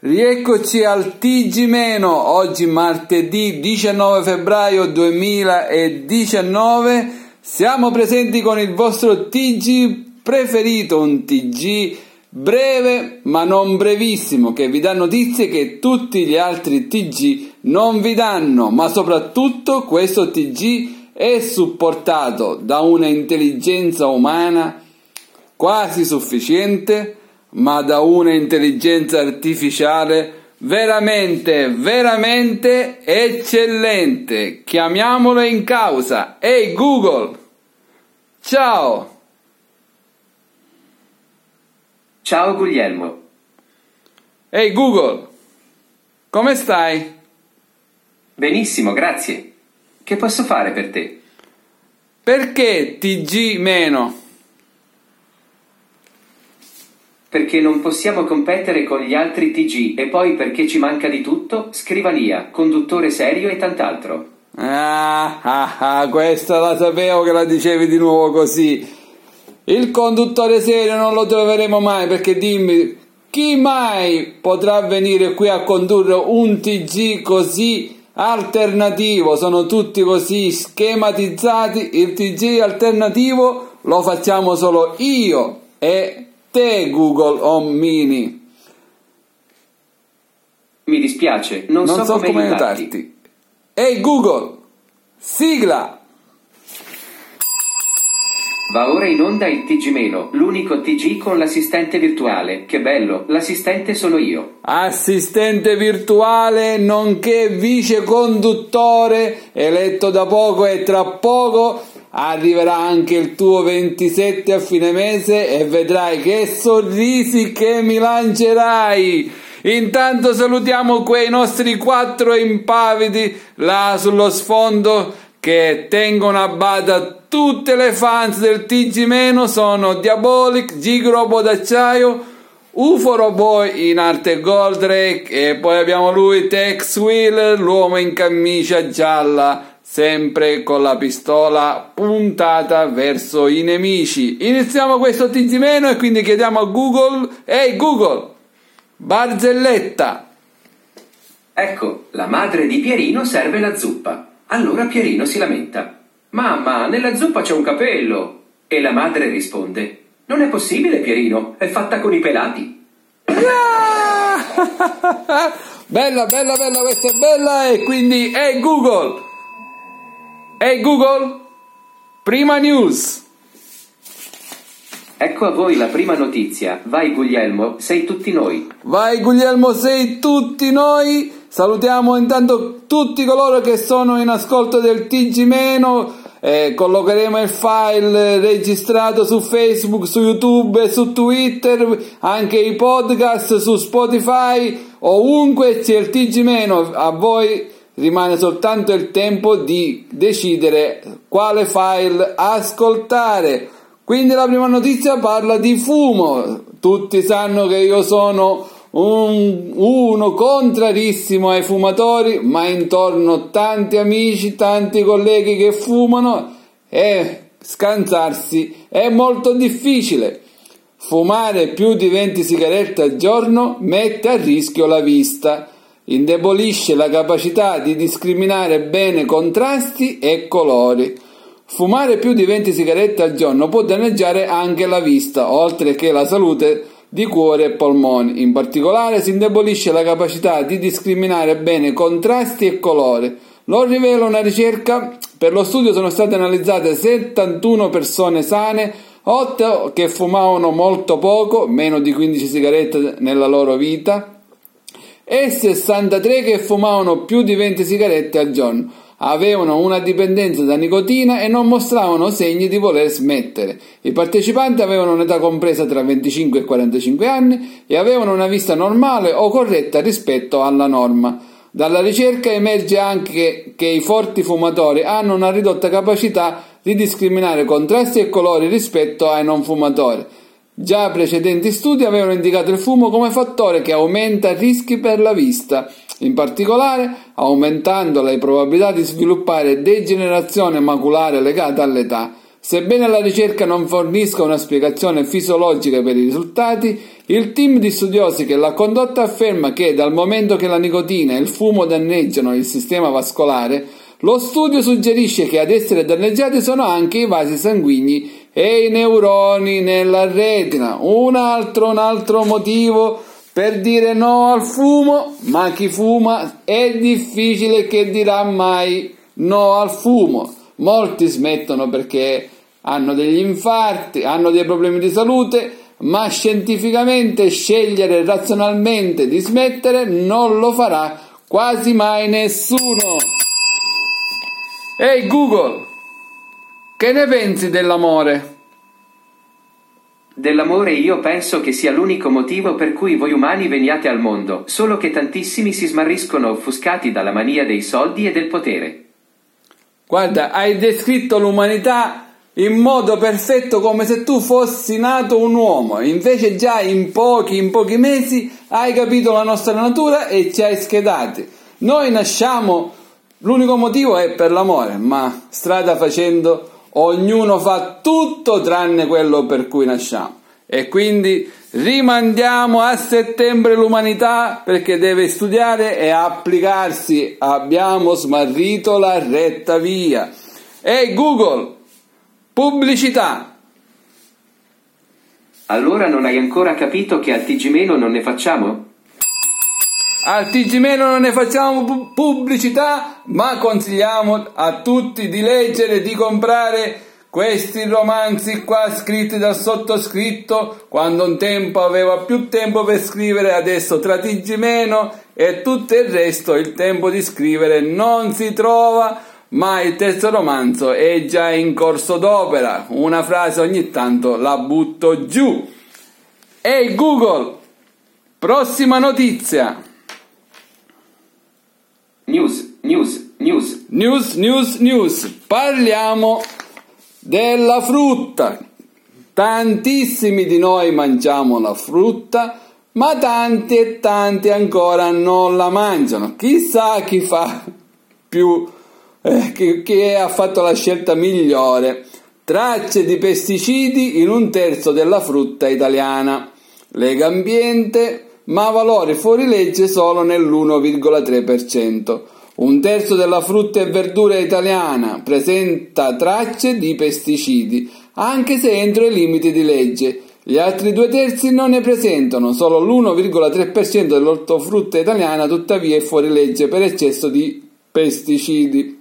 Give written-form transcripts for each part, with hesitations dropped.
Rieccoci al TG-, oggi martedì 19 febbraio 2019, siamo presenti con il vostro TG preferito, un TG breve ma non brevissimo, che vi dà notizie che tutti gli altri TG non vi danno, ma soprattutto questo TG è supportato da una intelligenza umana quasi sufficiente, ma da una intelligenza artificiale veramente eccellente. Chiamiamolo in causa. Ehi Google! Ciao! Ciao Guglielmo. Ehi Google! Come stai? Benissimo, grazie. Che posso fare per te? Perché TG-? Perché non possiamo competere con gli altri TG e poi perché ci manca di tutto, scrivania, conduttore serio e tant'altro. Questa la sapevo che la dicevi di nuovo così. Il conduttore serio non lo troveremo mai, perché dimmi, chi mai potrà venire qui a condurre un TG così alternativo? Sono tutti così schematizzati. Il TG alternativo lo facciamo solo io e te, Google Home Mini. Mi dispiace, non so come aiutarti. Ehi Google, sigla! Va ora in onda il TG-, l'unico TG con l'assistente virtuale. Che bello, l'assistente sono io. Assistente virtuale nonché vice conduttore, eletto da poco, e tra poco arriverà anche il tuo 27 a fine mese e vedrai che sorrisi che mi lancerai. Intanto salutiamo quei nostri 4 impavidi là sullo sfondo che tengono a bada tutte le fans del TG-, sono Diabolic, Gigrobo d'acciaio, UFO Robot in arte Goldrake e poi abbiamo lui, Tex Wheeler, l'uomo in camicia gialla, sempre con la pistola puntata verso i nemici. Iniziamo questo TG- e quindi chiediamo a Google: ehi Google, barzelletta. Ecco, la madre di Pierino serve la zuppa. Allora Pierino si lamenta: mamma, nella zuppa c'è un capello. E la madre risponde: non è possibile, Pierino, è fatta con i pelati. Bella, questa è bella. E quindi ehi Google, prima news. Ecco a voi la prima notizia. Vai Guglielmo, sei tutti noi. Vai Guglielmo, sei tutti noi. Salutiamo intanto tutti coloro che sono in ascolto del TG-, collocheremo il file registrato su Facebook, su YouTube, su Twitter, anche i podcast su Spotify, ovunque c'è il TG-. A voi rimane soltanto il tempo di decidere quale file ascoltare. Quindi la prima notizia parla di fumo. Tutti sanno che io sono uno contrarissimo ai fumatori, ma intorno tanti amici, tanti colleghi che fumano e scansarsi è molto difficile. Fumare più di 20 sigarette al giorno mette a rischio la vista, indebolisce la capacità di discriminare bene contrasti e colori. Fumare più di 20 sigarette al giorno può danneggiare anche la vista, oltre che la salute di cuore e polmoni. In particolare si indebolisce la capacità di discriminare bene contrasti e colori. Lo rivela una ricerca. Per lo studio sono state analizzate 71 persone sane, 8 che fumavano molto poco, meno di 15 sigarette nella loro vita, e 63 che fumavano più di 20 sigarette al giorno. Avevano una dipendenza da nicotina e non mostravano segni di voler smettere. I partecipanti avevano un'età compresa tra 25 e 45 anni e avevano una vista normale o corretta rispetto alla norma. Dalla ricerca emerge anche che i forti fumatori hanno una ridotta capacità di discriminare contrasti e colori rispetto ai non fumatori. Già precedenti studi avevano indicato il fumo come fattore che aumenta rischi per la vista, in particolare aumentando le probabilità di sviluppare degenerazione maculare legata all'età. Sebbene la ricerca non fornisca una spiegazione fisiologica per i risultati, il team di studiosi che l'ha condotta afferma che dal momento che la nicotina e il fumo danneggiano il sistema vascolare, lo studio suggerisce che ad essere danneggiati sono anche i vasi sanguigni e i neuroni nella retina. Un altro motivo per dire no al fumo, ma chi fuma è difficile che dirà mai no al fumo. Molti smettono perché hanno degli infarti, hanno dei problemi di salute, ma scientificamente scegliere razionalmente di smettere non lo farà quasi mai nessuno. Ehi Google, che ne pensi dell'amore? Dell'amore io penso che sia l'unico motivo per cui voi umani veniate al mondo, solo che tantissimi si smarriscono offuscati dalla mania dei soldi e del potere. Guarda, hai descritto l'umanità in modo perfetto, come se tu fossi nato un uomo, invece già in pochi mesi hai capito la nostra natura e ci hai schedati. Noi nasciamo, l'unico motivo è per l'amore, ma strada facendo ognuno fa tutto tranne quello per cui nasciamo. E quindi rimandiamo a settembre l'umanità perché deve studiare e applicarsi. Abbiamo smarrito la retta via. Ehi Google, pubblicità. Allora non hai ancora capito che al TG- non ne facciamo? Al TG- non ne facciamo pubblicità, ma consigliamo a tutti di leggere e di comprare questi romanzi qua scritti dal sottoscritto quando un tempo aveva più tempo per scrivere, adesso tra TG- e tutto il resto il tempo di scrivere non si trova, ma il terzo romanzo è già in corso d'opera. Una frase ogni tanto la butto giù. Ehi Google, prossima notizia. News. Parliamo della frutta. Tantissimi di noi mangiamo la frutta, ma tanti e tanti ancora non la mangiano. Chissà chi fa più, chi ha fatto la scelta migliore. Tracce di pesticidi in un terzo della frutta italiana. Legambiente, ma valore fuori legge solo nell'1,3%. Un terzo della frutta e verdura italiana presenta tracce di pesticidi, anche se entro i limiti di legge. Gli altri 2 terzi non ne presentano, solo l'1,3% dell'ortofrutta italiana tuttavia è fuori legge per eccesso di pesticidi.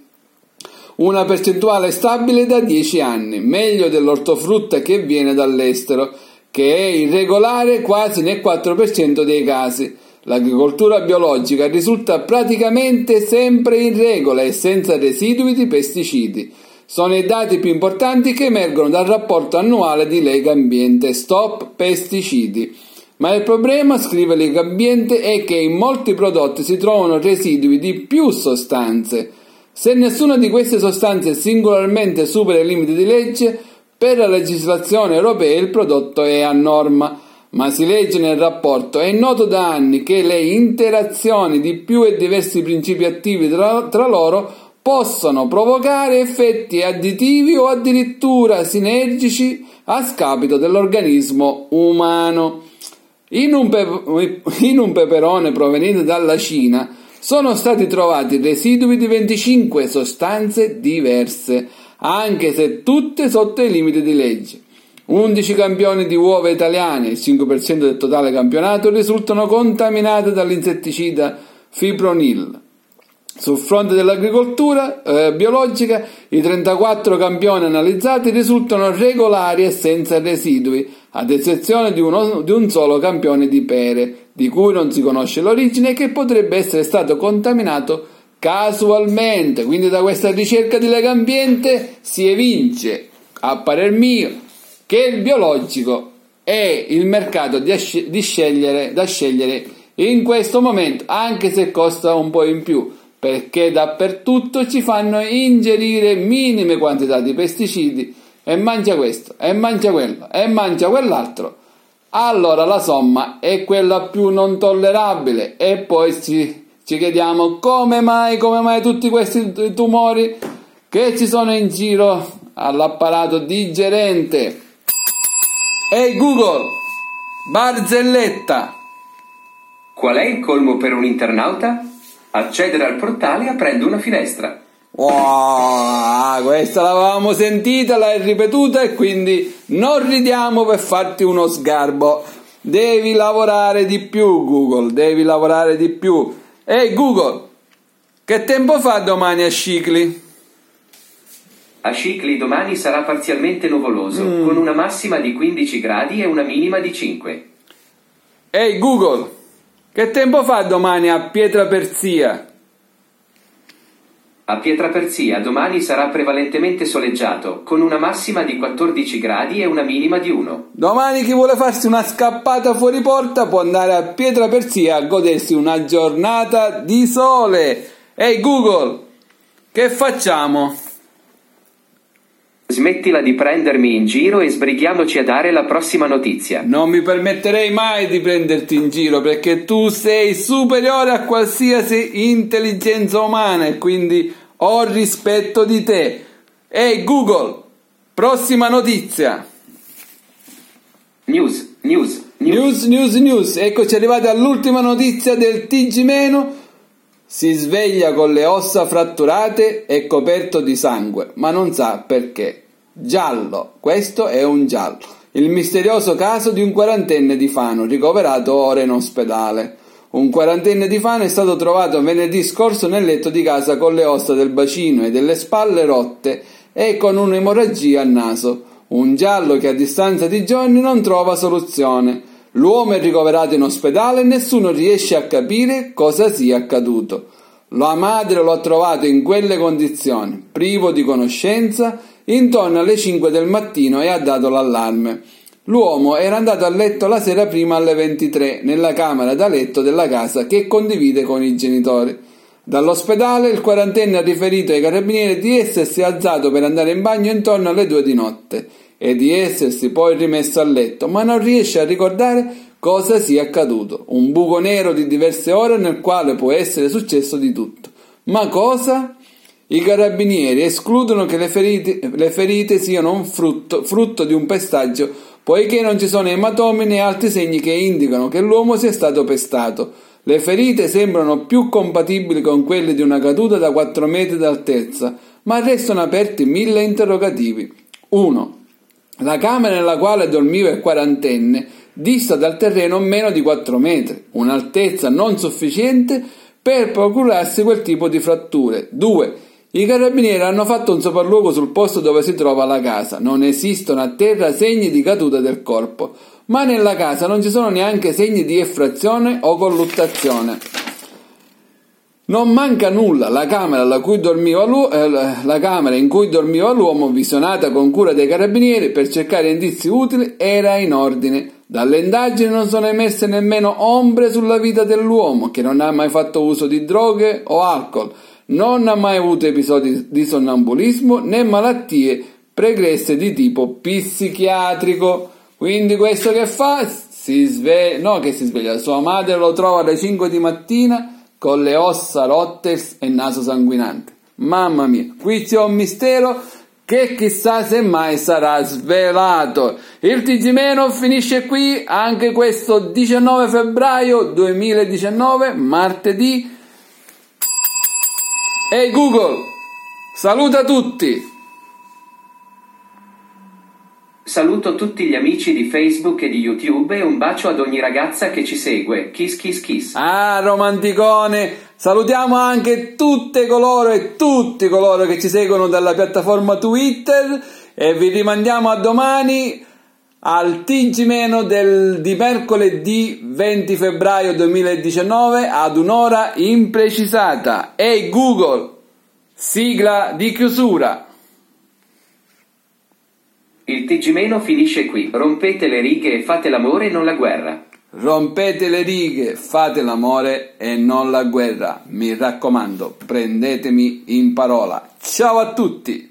Una percentuale stabile da 10 anni, meglio dell'ortofrutta che viene dall'estero, che è irregolare quasi nel 4% dei casi. L'agricoltura biologica risulta praticamente sempre in regola e senza residui di pesticidi. Sono i dati più importanti che emergono dal rapporto annuale di Legambiente Stop Pesticidi. Ma il problema, scrive Legambiente, è che in molti prodotti si trovano residui di più sostanze. Se nessuna di queste sostanze singolarmente supera i limiti di legge, per la legislazione europea il prodotto è a norma. Ma si legge nel rapporto: è noto da anni che le interazioni di più e diversi principi attivi tra loro possono provocare effetti additivi o addirittura sinergici a scapito dell'organismo umano. In un peperone proveniente dalla Cina sono stati trovati residui di 25 sostanze diverse, anche se tutte sotto i limiti di legge. 11 campioni di uova italiane, il 5% del totale campionato, risultano contaminate dall'insetticida fipronil. Sul fronte dell'agricoltura biologica, i 34 campioni analizzati risultano regolari e senza residui, ad eccezione di un solo campione di pere, di cui non si conosce l'origine e che potrebbe essere stato contaminato casualmente. Quindi da questa ricerca di Legambiente si evince, a parer mio, che il biologico è il mercato da scegliere in questo momento, anche se costa un po' in più, perché dappertutto ci fanno ingerire minime quantità di pesticidi e mangia questo, e mangia quello, e mangia quell'altro. Allora la somma è quella più non tollerabile e poi ci chiediamo come mai tutti questi tumori che ci sono in giro all'apparato digerente. Ehi Google, barzelletta. Qual è il colmo per un internauta? Accedere al portale aprendo una finestra. Wow, questa l'avevamo sentita, l'hai ripetuta e quindi non ridiamo per farti uno sgarbo. Devi lavorare di più, Google, devi lavorare di più. Ehi Google, che tempo fa domani a Scicli? A Scicli domani sarà parzialmente nuvoloso, con una massima di 15 gradi e una minima di 5. Ehi Google, che tempo fa domani a Pietraperzia? A Pietraperzia domani sarà prevalentemente soleggiato, con una massima di 14 gradi e una minima di 1. Domani chi vuole farsi una scappata fuori porta può andare a Pietraperzia a godersi una giornata di sole. Ehi Google, che facciamo? Smettila di prendermi in giro e sbrighiamoci a dare la prossima notizia. Non mi permetterei mai di prenderti in giro perché tu sei superiore a qualsiasi intelligenza umana e quindi ho rispetto di te. Ehi Google, prossima notizia. News. Eccoci arrivati all'ultima notizia del TG-. Si sveglia con le ossa fratturate e coperto di sangue, ma non sa perché. Giallo, questo è un giallo. Il misterioso caso di un quarantenne di Fano, ricoverato ora in ospedale. Un quarantenne di Fano è stato trovato venerdì scorso nel letto di casa con le ossa del bacino e delle spalle rotte e con un'emorragia al naso. Un giallo che a distanza di giorni non trova soluzione. L'uomo è ricoverato in ospedale e nessuno riesce a capire cosa sia accaduto. La madre lo ha trovato in quelle condizioni, privo di conoscenza, intorno alle 5 del mattino e ha dato l'allarme. L'uomo era andato a letto la sera prima alle 23 nella camera da letto della casa che condivide con i genitori. Dall'ospedale il quarantenne ha riferito ai carabinieri di essersi alzato per andare in bagno intorno alle 2 di notte e di essersi poi rimesso a letto, ma non riesce a ricordare cosa sia accaduto. Un buco nero di diverse ore nel quale può essere successo di tutto. Ma cosa? I carabinieri escludono che le ferite siano un frutto di un pestaggio, poiché non ci sono ematomi né altri segni che indicano che l'uomo sia stato pestato. Le ferite sembrano più compatibili con quelle di una caduta da 4 metri d'altezza, ma restano aperti 1000 interrogativi. 1. La camera nella quale dormiva il quarantenne dista dal terreno meno di 4 metri, un'altezza non sufficiente per procurarsi quel tipo di fratture. 2. I carabinieri hanno fatto un sopralluogo sul posto dove si trova la casa. Non esistono a terra segni di caduta del corpo, ma nella casa non ci sono neanche segni di effrazione o colluttazione. Non manca nulla. La camera in cui dormiva l'uomo, visionata con cura dei carabinieri per cercare indizi utili, era in ordine. Dalle indagini non sono emerse nemmeno ombre sulla vita dell'uomo, che non ha mai fatto uso di droghe o alcol, non ha mai avuto episodi di sonnambulismo né malattie pregresse di tipo psichiatrico. Quindi questo che fa? Si sveglia, sua madre lo trova alle 5 di mattina con le ossa rotte e il naso sanguinante. Mamma mia, qui c'è un mistero che chissà se mai sarà svelato. Il TG- finisce qui anche questo 19 febbraio 2019, martedì. Ehi Google, saluta tutti! Saluto tutti gli amici di Facebook e di YouTube e un bacio ad ogni ragazza che ci segue. Kiss kiss kiss. Ah, romanticone! Salutiamo anche tutte coloro e tutti coloro che ci seguono dalla piattaforma Twitter e vi rimandiamo a domani al TG- di mercoledì 20 febbraio 2019 ad un'ora imprecisata. Ehi Google, sigla di chiusura. Il TG- finisce qui. Rompete le righe e fate l'amore e non la guerra. Rompete le righe, fate l'amore e non la guerra. Mi raccomando, prendetemi in parola. Ciao a tutti!